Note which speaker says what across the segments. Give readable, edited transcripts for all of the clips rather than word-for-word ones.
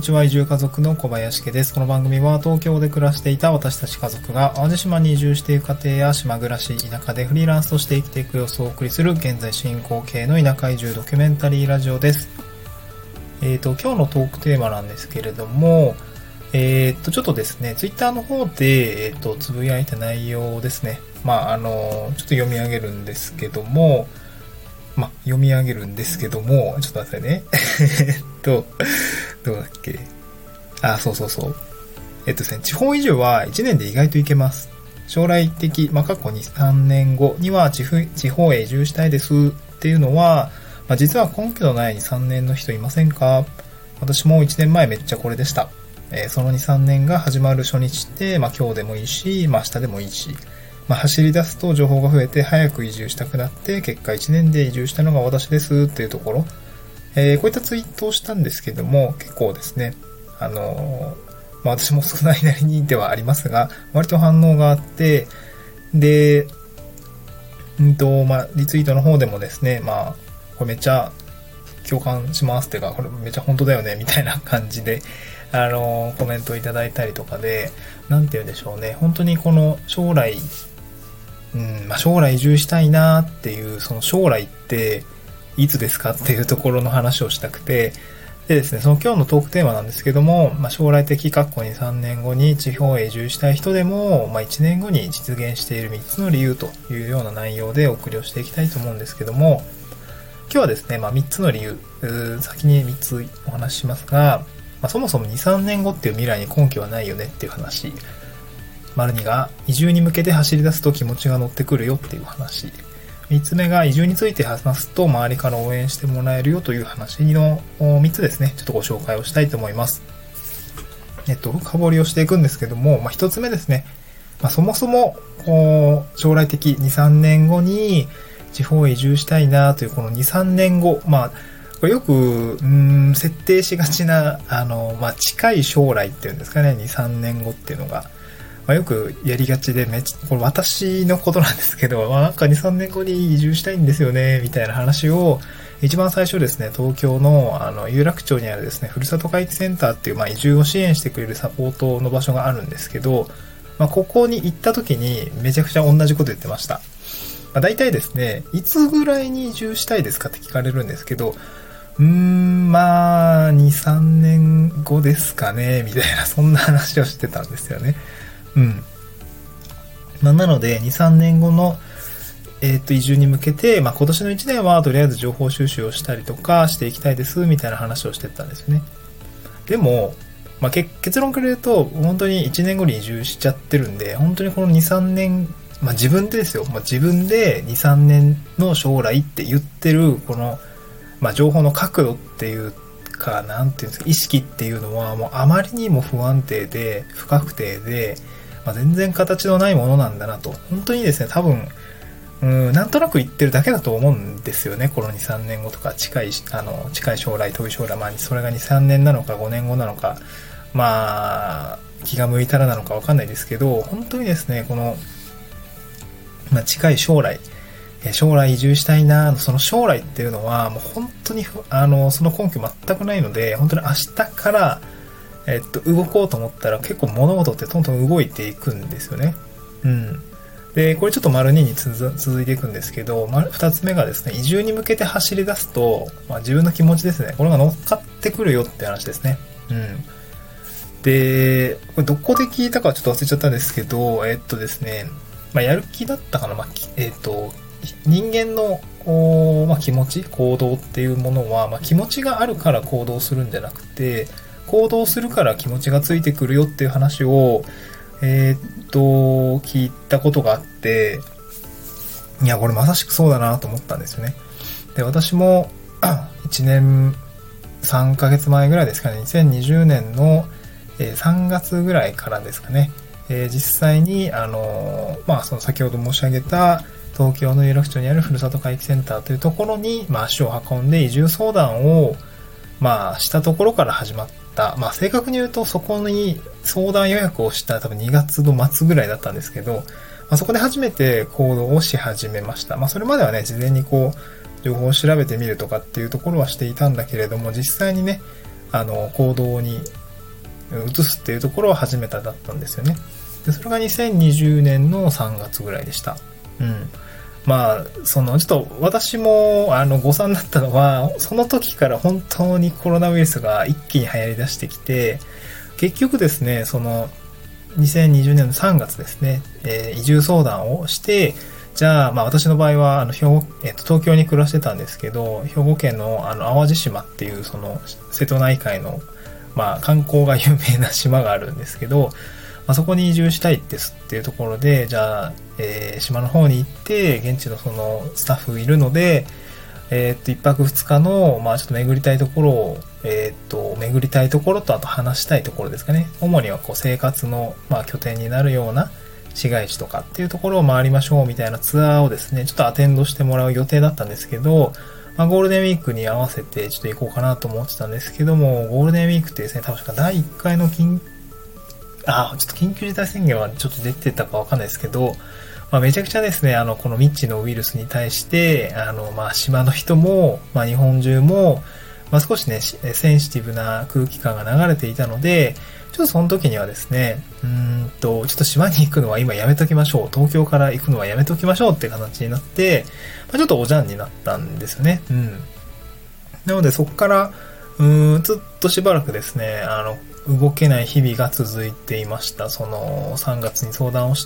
Speaker 1: ちは。移住家族の小林家です。この番組は東京で暮らしていた私たち家族が淡路島に移住していく過程や島暮らし、田舎でフリーランスとして生きていく様子をお送りする現在進行形の田舎移住ドキュメンタリーラジオです。今日のトークテーマなんですけれども、ちょっとですね、ツイッターの方で、つぶやいた内容ですね。ちょっと読み上げるんですけども、ちょっと待ってね。どうだっけ。ですね、地方移住は1年で意外といけます。将来的、過去2、3年後には地方へ移住したいですっていうのは、実は根拠のない2、3年の人いませんか？私も1年前めっちゃこれでした。その2、3年が始まる初日って、今日でもいいし、明日でもいいし、走り出すと情報が増えて早く移住したくなって、結果1年で移住したのが私ですっていうところ、こういったツイートをしたんですけども、結構ですね、私も少ないなりにではありますが、割と反応があって、で、リツイートの方でもですね、これめっちゃ共感しますっていうか、これめっちゃ本当だよねみたいな感じで、コメントをいただいたりとかで、なんて言うんでしょうね、本当にこの将来移住したいなっていう、その将来っていつですかっていうところの話をしたくて、でですね、その今日のトークテーマなんですけども、将来的2、3年後に地方へ移住したい人でも、1年後に実現している3つの理由というような内容でお送りをしていきたいと思うんですけども、今日はですね、3つの理由、先に3つお話ししますが、そもそも2、3年後っていう未来に根拠はないよねっていう話。2が移住に向けて走り出すと気持ちが乗ってくるよっていう話。3つ目が移住について話すと周りから応援してもらえるよという話の3つですね。ちょっとご紹介をしたいと思います。深掘りをしていくんですけども、1つ目ですね。そもそも将来的2、3年後に地方へ移住したいなというこの2、3年後、よく設定しがちな近い将来っていうんですかね、2、3年後っていうのが、よくやりがちでこれ私のことなんですけど、なんか2、3年後に移住したいんですよねみたいな話を一番最初ですね、東京の有楽町にあるですね、ふるさと回帰センターっていう移住を支援してくれるサポートの場所があるんですけど、ここに行った時にめちゃくちゃ同じこと言ってました。大体ですね、いつぐらいに移住したいですかって聞かれるんですけど、2、3年後ですかねみたいな、そんな話をしてたんですよね。なので、2、3年後の、移住に向けて、今年の1年はとりあえず情報収集をしたりとかしていきたいですみたいな話をしてたんですよね。でも、結論から言うと、本当に1年後に移住しちゃってるんで、本当にこの2、3年、自分でですよ。自分で2、3年の将来って言ってる、この、情報の角度っていうか、なんていうんですか、意識っていうのはもうあまりにも不安定で、不確定で、全然形のないものなんだなと。本当にですね、多分、なんとなく言ってるだけだと思うんですよね。この2、3年後とか、近い将来、遠い将来、それが2、3年なのか、5年後なのか、気が向いたらなのかわかんないですけど、本当にですね、この、近い将来移住したいな、その将来っていうのは、もう本当に、その根拠全くないので、本当に明日から、動こうと思ったら結構物事ってどんどん動いていくんですよね。で、これちょっと2に続いていくんですけど、2つ目がですね、移住に向けて走り出すと、自分の気持ちですね、これが乗っかってくるよって話ですね。で、これどこで聞いたかちょっと忘れちゃったんですけど、ですね、やる気だったかな、人間の、気持ち、行動っていうものは、気持ちがあるから行動するんじゃなくて、行動するから気持ちがついてくるよっていう話を、聞いたことがあって、いや、これまさしくそうだなと思ったんですよね。で、私も、1年3ヶ月前ぐらいですかね、2020年の3月ぐらいからですかね、実際に、その先ほど申し上げた、東京の有楽町にあるふるさと回帰センターというところに、足を運んで移住相談を、したところから始まった。正確に言うとそこに相談予約をした多分2月の末ぐらいだったんですけど、そこで初めて行動をし始めました。それまではね、事前に情報を調べてみるとかっていうところはしていたんだけれども、実際にね、 行動に移すっていうところを始めただったんですよね。で、それが2020年の3月ぐらいでした。うん。まあ、ちょっと私も、誤算だったのは、その時から本当にコロナウイルスが一気に流行り出してきて、結局ですね、2020年の3月ですね、移住相談をして、じゃあ、まあ私の場合は、東京に暮らしてたんですけど、兵庫県の淡路島っていう、瀬戸内海の、まあ観光が有名な島があるんですけど、まあ、そこに移住したいですっていうところで、じゃあ、島の方に行って、現地のスタッフいるので、一泊二日の、まあちょっと巡りたいところを、巡りたいところと、あと話したいところですかね。主には生活の、まあ拠点になるような市街地とかっていうところを回りましょうみたいなツアーをですね、ちょっとアテンドしてもらう予定だったんですけど、まあゴールデンウィークに合わせてちょっと行こうかなと思ってたんですけども、ゴールデンウィークってですね、確か第1回のちょっと緊急事態宣言はちょっと出てたかわかんないですけど、まあ、めちゃくちゃですね、この未知のウイルスに対して、まあ、島の人も、まあ、日本中も、まあ、少しね、センシティブな空気感が流れていたので、ちょっとその時にはですね、ちょっと島に行くのは今やめときましょう。東京から行くのはやめときましょうって形になって、まあ、ちょっとおじゃんになったんですよね。うん。なので、そこから、ずっとしばらくですね、動けない日々が続いていました。3月に相談をして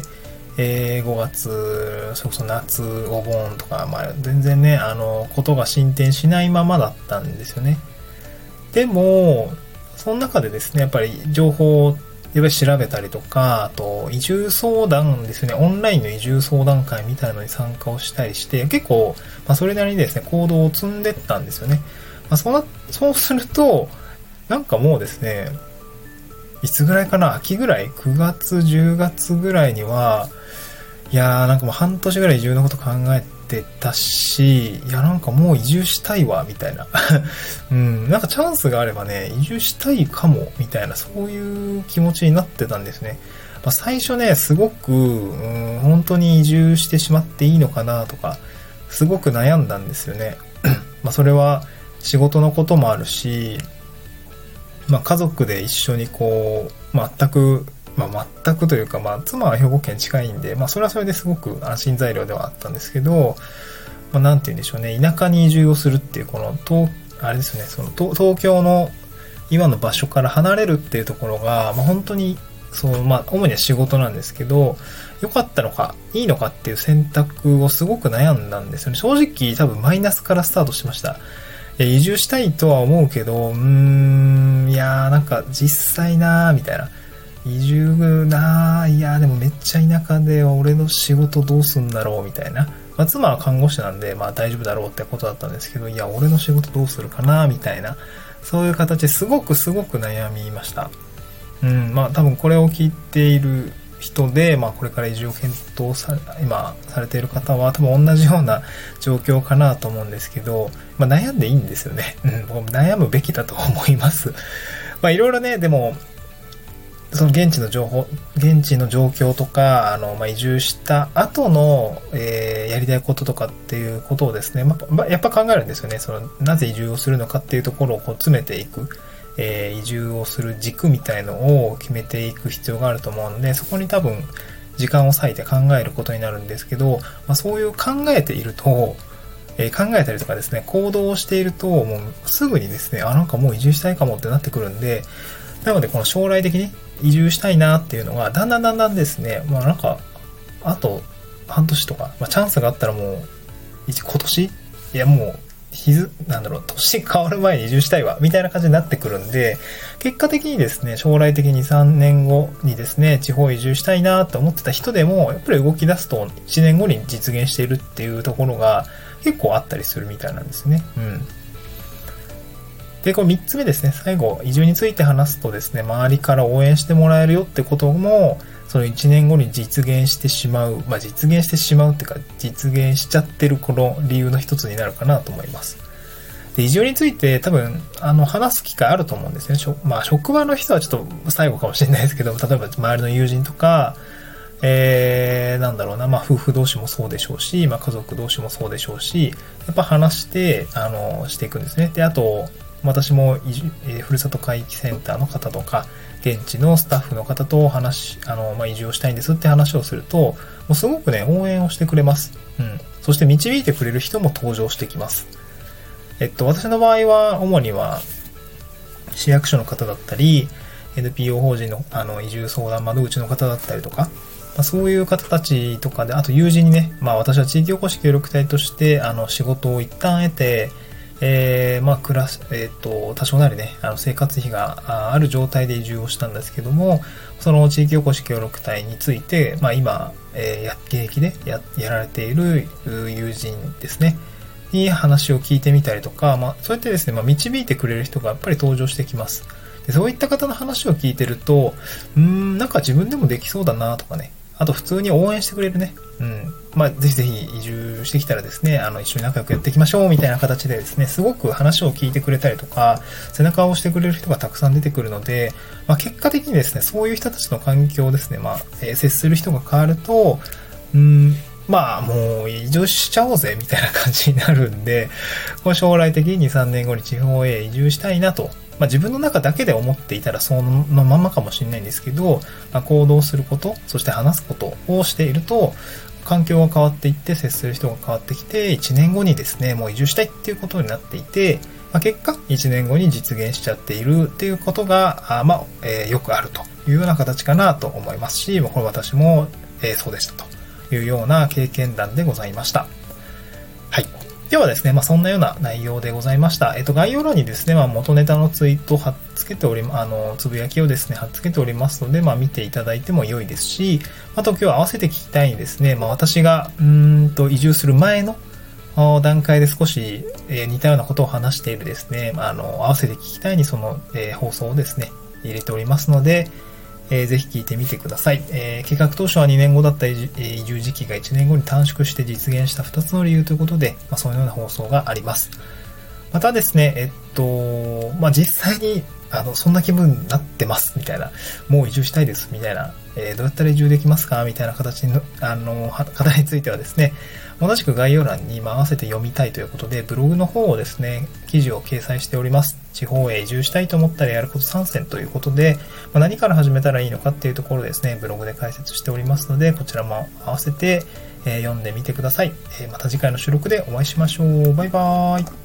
Speaker 1: 、5月、それこそ夏、お盆とか、まあ、全然ね、ことが進展しないままだったんですよね。でも、その中でですね、やっぱり情報をやっぱり調べたりとか、あと、移住相談ですね、オンラインの移住相談会みたいのに参加をしたりして、結構、まあ、それなりにですね、行動を積んでったんですよね。まあ、そうすると、なんかもうですね、いつぐらいかな、秋ぐらい ?9 月、10月ぐらいには、いやーなんかもう半年ぐらい移住のこと考えてたし、いやなんかもう移住したいわ、みたいな。うん、なんかチャンスがあればね、移住したいかも、みたいな、そういう気持ちになってたんですね。まあ、最初ね、すごく、本当に移住してしまっていいのかなとか、すごく悩んだんですよね。まあそれは仕事のこともあるし、まあ家族で一緒に全くというか、まあ妻は兵庫県近いんで、まあそれはそれですごく安心材料ではあったんですけど、まあなんて言うんでしょうね、田舎に移住をするっていう、あれですよね、東京の今の場所から離れるっていうところが、まあ本当に、まあ主には仕事なんですけど、良かったのか、いいのかっていう選択をすごく悩んだんですよね。正直多分マイナスからスタートしました。移住したいとは思うけど、いやーなんか実際なーみたいな。移住なー、いやーでもめっちゃ田舎で俺の仕事どうすんだろうみたいな。まあ妻は看護師なんで、まあ大丈夫だろうってことだったんですけど、いや俺の仕事どうするかなーみたいな。そういう形ですごく悩みました。まあ多分これを聞いている人で、まあこれから移住を検討今されている方は多分同じような状況かなと思うんですけど、まあ悩んでいいんですよね。悩むべきだと思います。まあいろいろね、でも、その現地の状況とか、まあ、移住した後の、やりたいこととかっていうことをですね、やっぱ考えるんですよね。なぜ移住をするのかっていうところを詰めていく。移住をする軸みたいのを決めていく必要があると思うので、そこに多分時間を割いて考えることになるんですけど、まあ、そういう考えていると、考えたりとかですね、行動をしていると、もうすぐにですね、なんかもう移住したいかもってなってくるんで、なのでこの将来的に移住したいなっていうのが、だんだんですね、まあなんか、あと半年とか、まあチャンスがあったらもう、今年いやもう、年変わる前に移住したいわ、みたいな感じになってくるんで、結果的にですね、将来的に3年後にですね、地方移住したいなと思ってた人でも、やっぱり動き出すと1年後に実現しているっていうところが結構あったりするみたいなんですね。で、これ3つ目ですね、最後、移住について話すとですね、周りから応援してもらえるよってことも、その1年後に実現してしまう、まあ実現してしまうっていうか、実現しちゃってるこの理由の一つになるかなと思います。で、移住について多分、話す機会あると思うんですね。まあ職場の人はちょっと最後かもしれないですけど、例えば周りの友人とか、まあ夫婦同士もそうでしょうし、まあ家族同士もそうでしょうし、やっぱ話して、していくんですね。で、あと、 私もふるさと回帰センターの方とか、現地のスタッフの方と移住をしたいんですって話をすると、もうすごくね、応援をしてくれます。そして導いてくれる人も登場してきます。私の場合は、主には、市役所の方だったり、NPO 法人の移住相談窓口の方だったりとか、そういう方たちとかで、あと友人にね、私は地域おこし協力隊として、仕事を一旦得て、多少なりね、生活費がある状態で移住をしたんですけども、その地域おこし協力隊について、今、現役でやられている友人ですね、に話を聞いてみたりとか、そうやってですね、導いてくれる人がやっぱり登場してきます。でそういった方の話を聞いてると、なんか自分でもできそうだなとかね、あと普通に応援してくれるね。ぜひぜひ移住してきたらですね、一緒に仲良くやっていきましょうみたいな形でですね、すごく話を聞いてくれたりとか、背中を押してくれる人がたくさん出てくるので、結果的にですね、そういう人たちの環境をですね、接する人が変わると、もう移住しちゃおうぜみたいな感じになるんで、将来的に2、3年後に地方へ移住したいなと、自分の中だけで思っていたらそのままかもしれないんですけど、行動すること、そして話すことをしていると、環境が変わっていって接する人が変わってきて、1年後にですね、もう移住したいっていうことになっていて、結果1年後に実現しちゃっているっていうことが、よくあるというような形かなと思いますし、これ私も、そうでしたというような経験談でございました。はい。ではですね、そんなような内容でございました。概要欄にですね、元ネタのツイートを貼っつけており、つぶやきをですね、貼っつけておりますので、見ていただいても良いですし、あと今日合わせて聞きたいにですね、私が、移住する前の段階で少し、似たようなことを話しているですね、合わせて聞きたいにその、放送をですね、入れておりますので、ぜひ聞いてみてください。計画当初は2年後だった移住時期が1年後に短縮して実現した2つの理由ということで、そういうような放送があります。またですね、実際にそんな気分になってますみたいな、もう移住したいですみたいな、どうやったら移住できますかみたいな形の方についてはですね、同じく概要欄に合わせて読みたいということで、ブログの方をですね、記事を掲載しております。地方へ移住したいと思ったらやること3選ということで、何から始めたらいいのかっていうところですね、ブログで解説しておりますので、こちらも合わせて、読んでみてください。また次回の収録でお会いしましょう。バイバーイ。